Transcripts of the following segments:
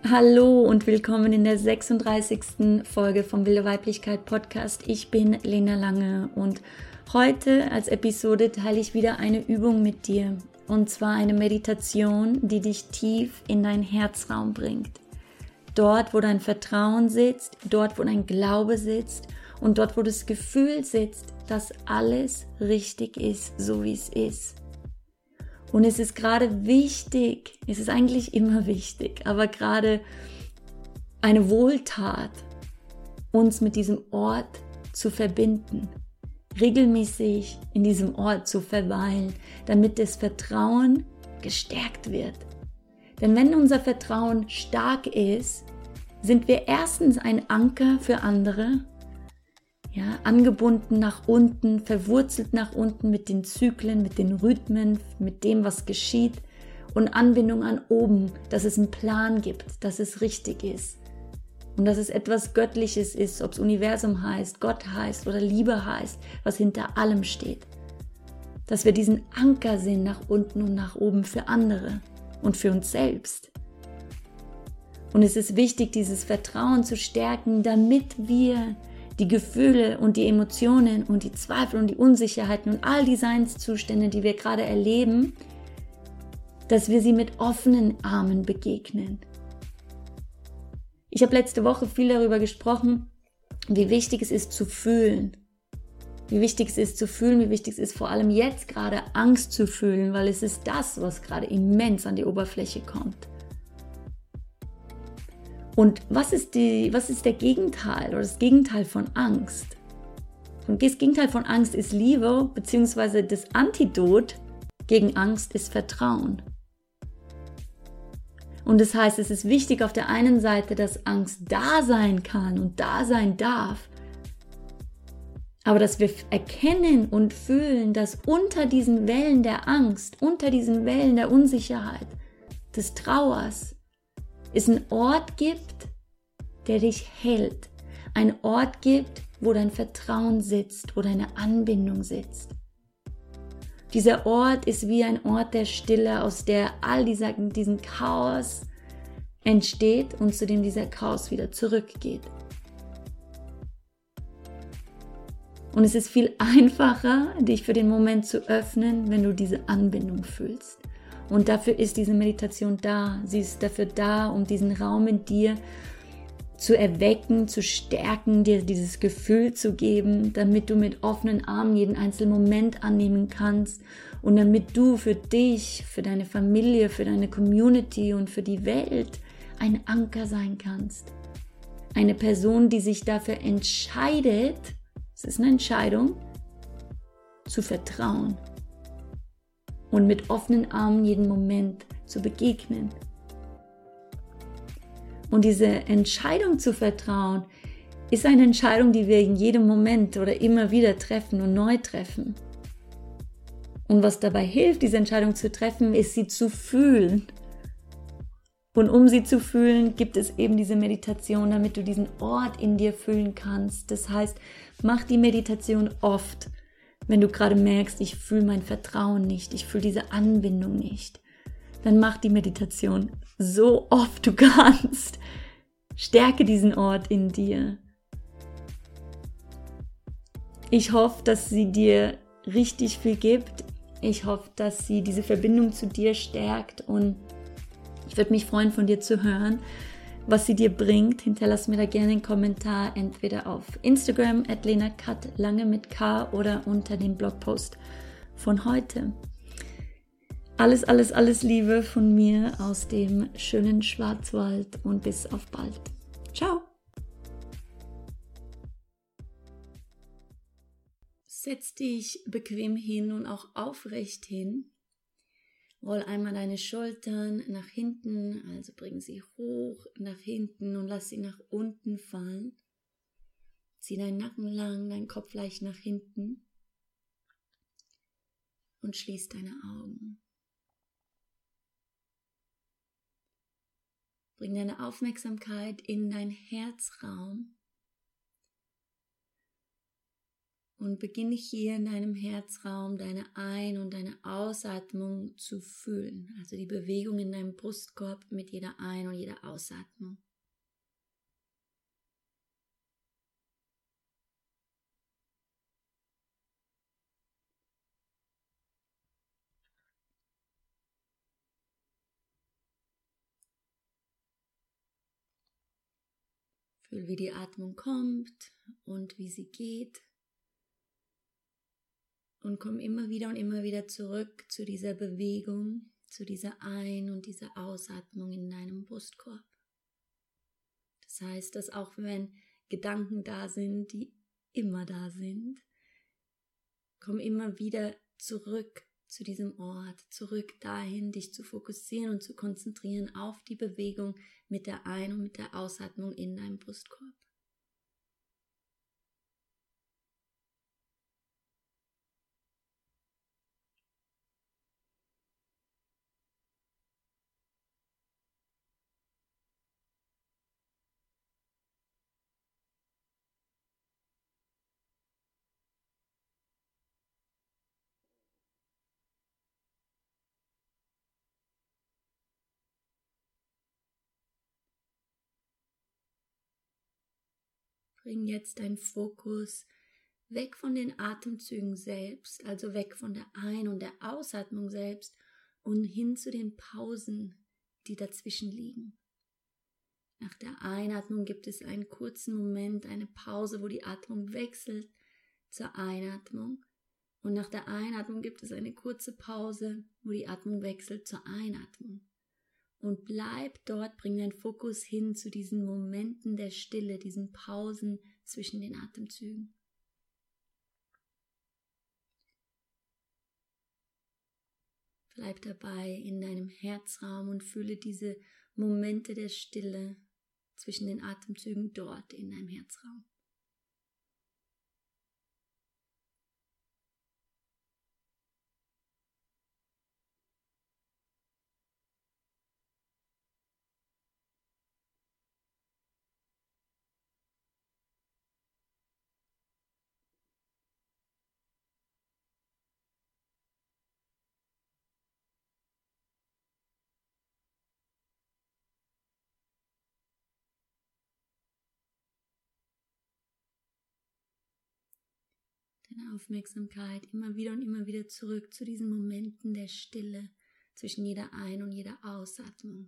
Hallo und willkommen in der 36. Folge vom Wilde Weiblichkeit Podcast. Ich bin Lena Lange und heute als Episode teile ich wieder eine Übung mit dir. Und zwar eine Meditation, die dich tief in deinen Herzraum bringt. Dort, wo dein Vertrauen sitzt, dort, wo dein Glaube sitzt und dort, wo das Gefühl sitzt, dass alles richtig ist, so wie es ist. Und es ist gerade wichtig, es ist eigentlich immer wichtig, aber gerade eine Wohltat, uns mit diesem Ort zu verbinden, regelmäßig in diesem Ort zu verweilen, damit das Vertrauen gestärkt wird. Denn wenn unser Vertrauen stark ist, sind wir erstens ein Anker für andere, ja, angebunden nach unten, verwurzelt nach unten mit den Zyklen, mit den Rhythmen, mit dem, was geschieht und Anbindung an oben, dass es einen Plan gibt, dass es richtig ist und dass es etwas Göttliches ist, ob es Universum heißt, Gott heißt oder Liebe heißt, was hinter allem steht. Dass wir diesen Anker sind nach unten und nach oben für andere und für uns selbst. Und es ist wichtig, dieses Vertrauen zu stärken, damit wir die Gefühle und die Emotionen und die Zweifel und die Unsicherheiten und all die Seinszustände, die wir gerade erleben, dass wir sie mit offenen Armen begegnen. Ich habe letzte Woche viel darüber gesprochen, wie wichtig es ist zu fühlen. Wie wichtig es ist zu fühlen, wie wichtig es ist vor allem jetzt gerade Angst zu fühlen, weil es ist das, was gerade immens an die Oberfläche kommt. Und was ist der Gegenteil oder das Gegenteil von Angst? Und das Gegenteil von Angst ist Liebe, beziehungsweise das Antidot gegen Angst ist Vertrauen. Und das heißt, es ist wichtig auf der einen Seite, dass Angst da sein kann und da sein darf, aber dass wir erkennen und fühlen, dass unter diesen Wellen der Angst, unter diesen Wellen der Unsicherheit, des Trauers, es einen Ort gibt, der dich hält. Ein Ort gibt, wo dein Vertrauen sitzt, wo deine Anbindung sitzt. Dieser Ort ist wie ein Ort der Stille, aus der all diesen Chaos entsteht und zu dem dieser Chaos wieder zurückgeht. Und es ist viel einfacher, dich für den Moment zu öffnen, wenn du diese Anbindung fühlst. Und dafür ist diese Meditation da. Sie ist dafür da, um diesen Raum in dir zu erwecken, zu stärken, dir dieses Gefühl zu geben, damit du mit offenen Armen jeden einzelnen Moment annehmen kannst und damit du für dich, für deine Familie, für deine Community und für die Welt ein Anker sein kannst. Eine Person, die sich dafür entscheidet, es ist eine Entscheidung, zu vertrauen. Und mit offenen Armen jeden Moment zu begegnen. Und diese Entscheidung zu vertrauen, ist eine Entscheidung, die wir in jedem Moment oder immer wieder treffen und neu treffen. Und was dabei hilft, diese Entscheidung zu treffen, ist sie zu fühlen. Und um sie zu fühlen, gibt es eben diese Meditation, damit du diesen Ort in dir fühlen kannst. Das heißt, mach die Meditation oft. Wenn du gerade merkst, ich fühle mein Vertrauen nicht, ich fühle diese Anbindung nicht, dann mach die Meditation so oft du kannst. Stärke diesen Ort in dir. Ich hoffe, dass sie dir richtig viel gibt. Ich hoffe, dass sie diese Verbindung zu dir stärkt und ich würde mich freuen, von dir zu hören, was sie dir bringt. Hinterlass mir da gerne einen Kommentar, entweder auf Instagram @lenakat, lange mit K, oder unter dem Blogpost von heute. Alles Liebe von mir aus dem schönen Schwarzwald und bis auf bald. Ciao! Setz dich bequem hin und auch aufrecht hin. Roll einmal deine Schultern nach hinten, also bring sie hoch nach hinten und lass sie nach unten fallen. Zieh deinen Nacken lang, deinen Kopf leicht nach hinten und schließ deine Augen. Bring deine Aufmerksamkeit in deinen Herzraum Und beginne hier in deinem Herzraum deine Ein- und deine Ausatmung zu fühlen. Also die Bewegung in deinem Brustkorb mit jeder Ein- und jeder Ausatmung. Fühl, wie die Atmung kommt und wie sie geht. Und komm immer wieder zurück zu dieser Bewegung, zu dieser Ein- und dieser Ausatmung in deinem Brustkorb. Das heißt, dass auch wenn Gedanken da sind, die immer da sind, komm immer wieder zurück zu diesem Ort, zurück dahin, dich zu fokussieren und zu konzentrieren auf die Bewegung mit der Ein- und mit der Ausatmung in deinem Brustkorb. Bring jetzt deinen Fokus weg von den Atemzügen selbst, also weg von der Ein- und der Ausatmung selbst und hin zu den Pausen, die dazwischen liegen. Nach der Einatmung gibt es einen kurzen Moment, eine Pause, wo die Atmung wechselt zur Einatmung. Und nach der Einatmung gibt es eine kurze Pause, wo die Atmung wechselt zur Einatmung. Und bleib dort, bring deinen Fokus hin zu diesen Momenten der Stille, diesen Pausen zwischen den Atemzügen. Bleib dabei in deinem Herzraum und fühle diese Momente der Stille zwischen den Atemzügen dort in deinem Herzraum. Deine Aufmerksamkeit immer wieder zurück zu diesen Momenten der Stille zwischen jeder Ein- und jeder Ausatmung.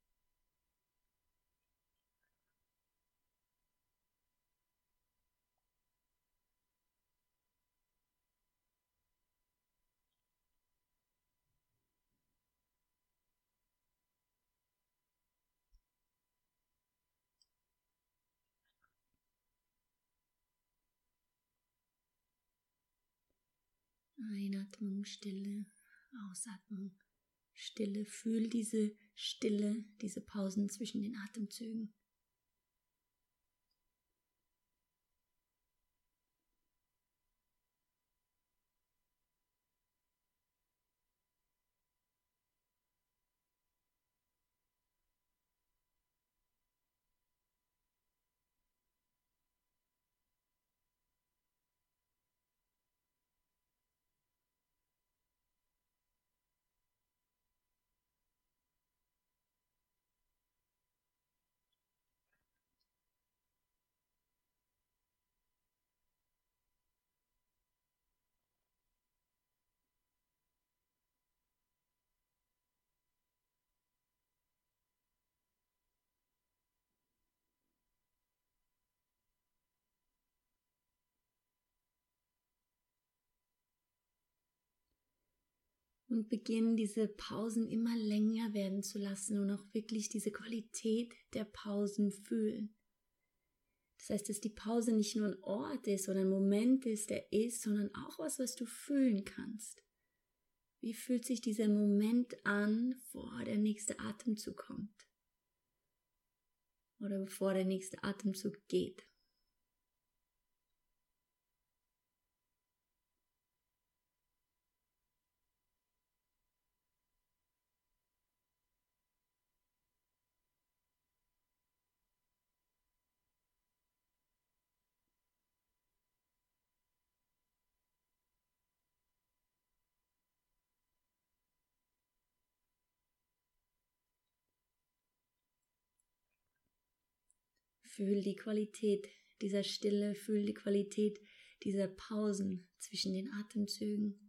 Einatmung, Stille, Ausatmung, Stille. Fühl diese Stille, diese Pausen zwischen den Atemzügen. Und beginn diese Pausen immer länger werden zu lassen und auch wirklich diese Qualität der Pausen fühlen. Das heißt, dass die Pause nicht nur ein Ort ist oder ein Moment ist, der ist, sondern auch was du fühlen kannst. Wie fühlt sich dieser Moment an, bevor der nächste Atemzug kommt? Oder bevor der nächste Atemzug geht? Fühl die Qualität dieser Stille, fühl die Qualität dieser Pausen zwischen den Atemzügen.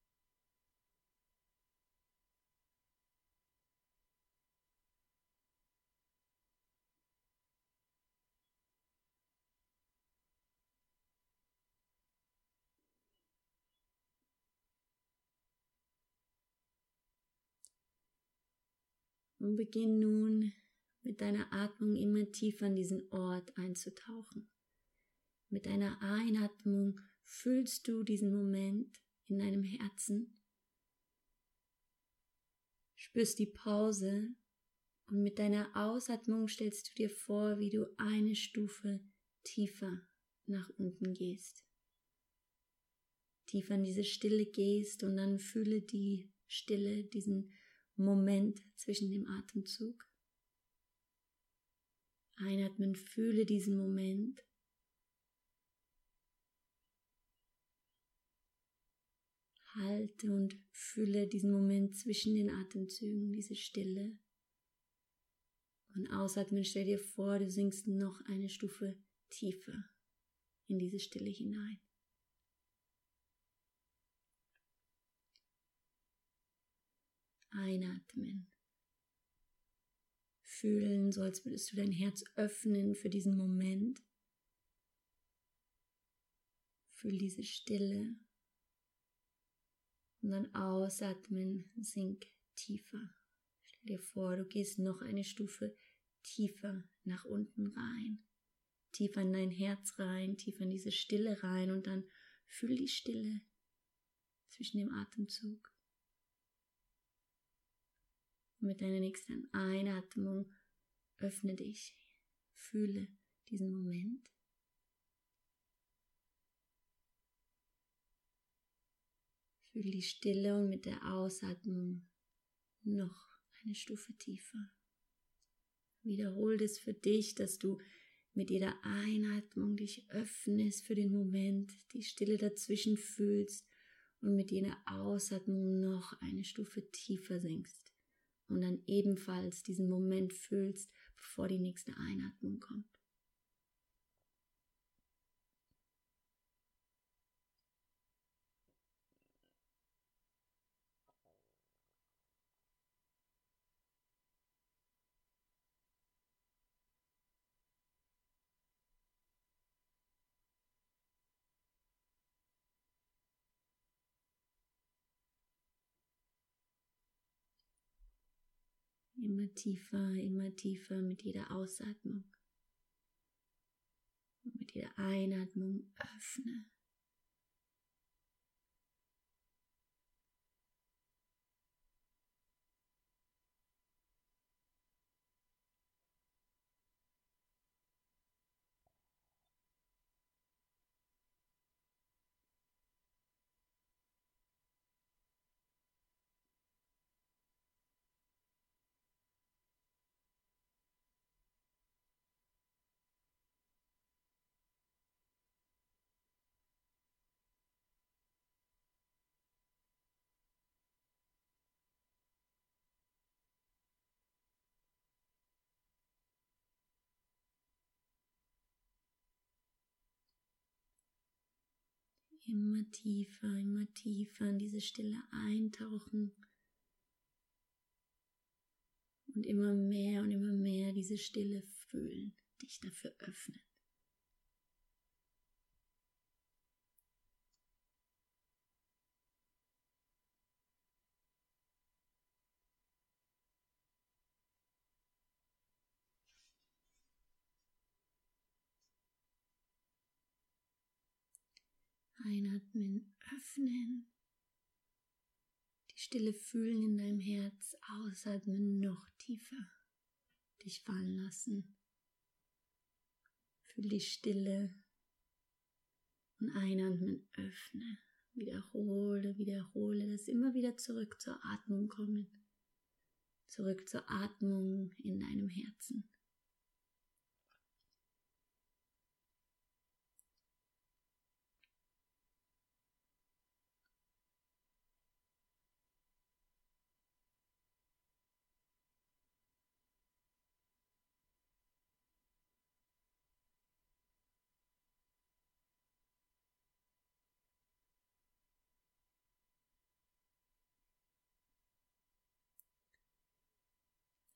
Und beginn nun mit deiner Atmung immer tiefer in diesen Ort einzutauchen. Mit deiner Einatmung fühlst du diesen Moment in deinem Herzen, spürst die Pause und mit deiner Ausatmung stellst du dir vor, wie du eine Stufe tiefer nach unten gehst. Tiefer in diese Stille gehst und dann fühle die Stille, diesen Moment zwischen dem Atemzug. Einatmen, fühle diesen Moment. Halte und fühle diesen Moment zwischen den Atemzügen, diese Stille. Und ausatmen, stell dir vor, du sinkst noch eine Stufe tiefer in diese Stille hinein. Einatmen. Fühlen, so als würdest du dein Herz öffnen für diesen Moment. Fühl diese Stille. Und dann ausatmen, sink tiefer. Stell dir vor, du gehst noch eine Stufe tiefer nach unten rein. Tiefer in dein Herz rein, tiefer in diese Stille rein und dann fühl die Stille zwischen dem Atemzug. Und mit deiner nächsten Einatmung öffne dich, fühle diesen Moment. Fühl die Stille und mit der Ausatmung noch eine Stufe tiefer. Wiederhol das für dich, dass du mit jeder Einatmung dich öffnest für den Moment, die Stille dazwischen fühlst und mit jeder Ausatmung noch eine Stufe tiefer sinkst und dann ebenfalls diesen Moment fühlst, bevor die nächste Einatmung kommt. Immer tiefer mit jeder Ausatmung. Und mit jeder Einatmung öffne. Immer tiefer in diese Stille eintauchen und immer mehr diese Stille fühlen, dich dafür öffnen. Einatmen, öffnen. Die Stille fühlen in deinem Herz. Ausatmen, noch tiefer. Dich fallen lassen. Fühl die Stille. Und einatmen, öffne. Wiederhole das immer wieder zurück zur Atmung kommen. Zurück zur Atmung in deinem Herzen.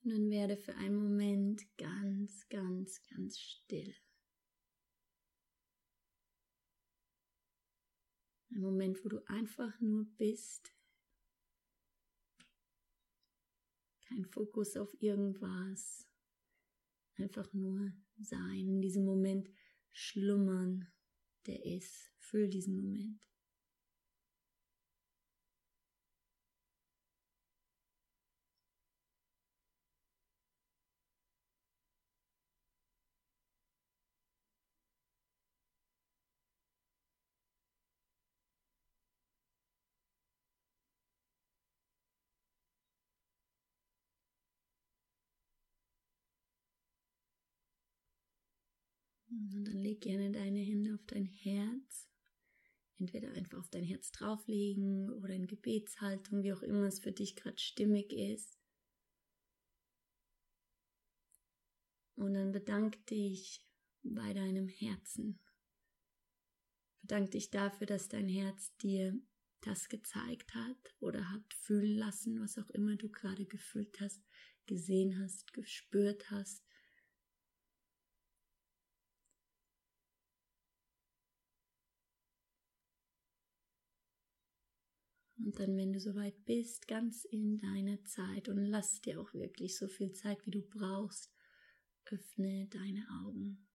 Und dann werde für einen Moment ganz, ganz, ganz still. Ein Moment, wo du einfach nur bist. Kein Fokus auf irgendwas. Einfach nur sein, in diesem Moment schlummern, der ist. Fühl diesen Moment. Und dann leg gerne deine Hände auf dein Herz. Entweder einfach auf dein Herz drauflegen oder in Gebetshaltung, wie auch immer es für dich gerade stimmig ist. Und dann bedank dich bei deinem Herzen. Bedank dich dafür, dass dein Herz dir das gezeigt hat oder hat fühlen lassen, was auch immer du gerade gefühlt hast, gesehen hast, gespürt hast. Und dann, wenn du soweit bist, ganz in deiner Zeit und lass dir auch wirklich so viel Zeit, wie du brauchst, öffne deine Augen.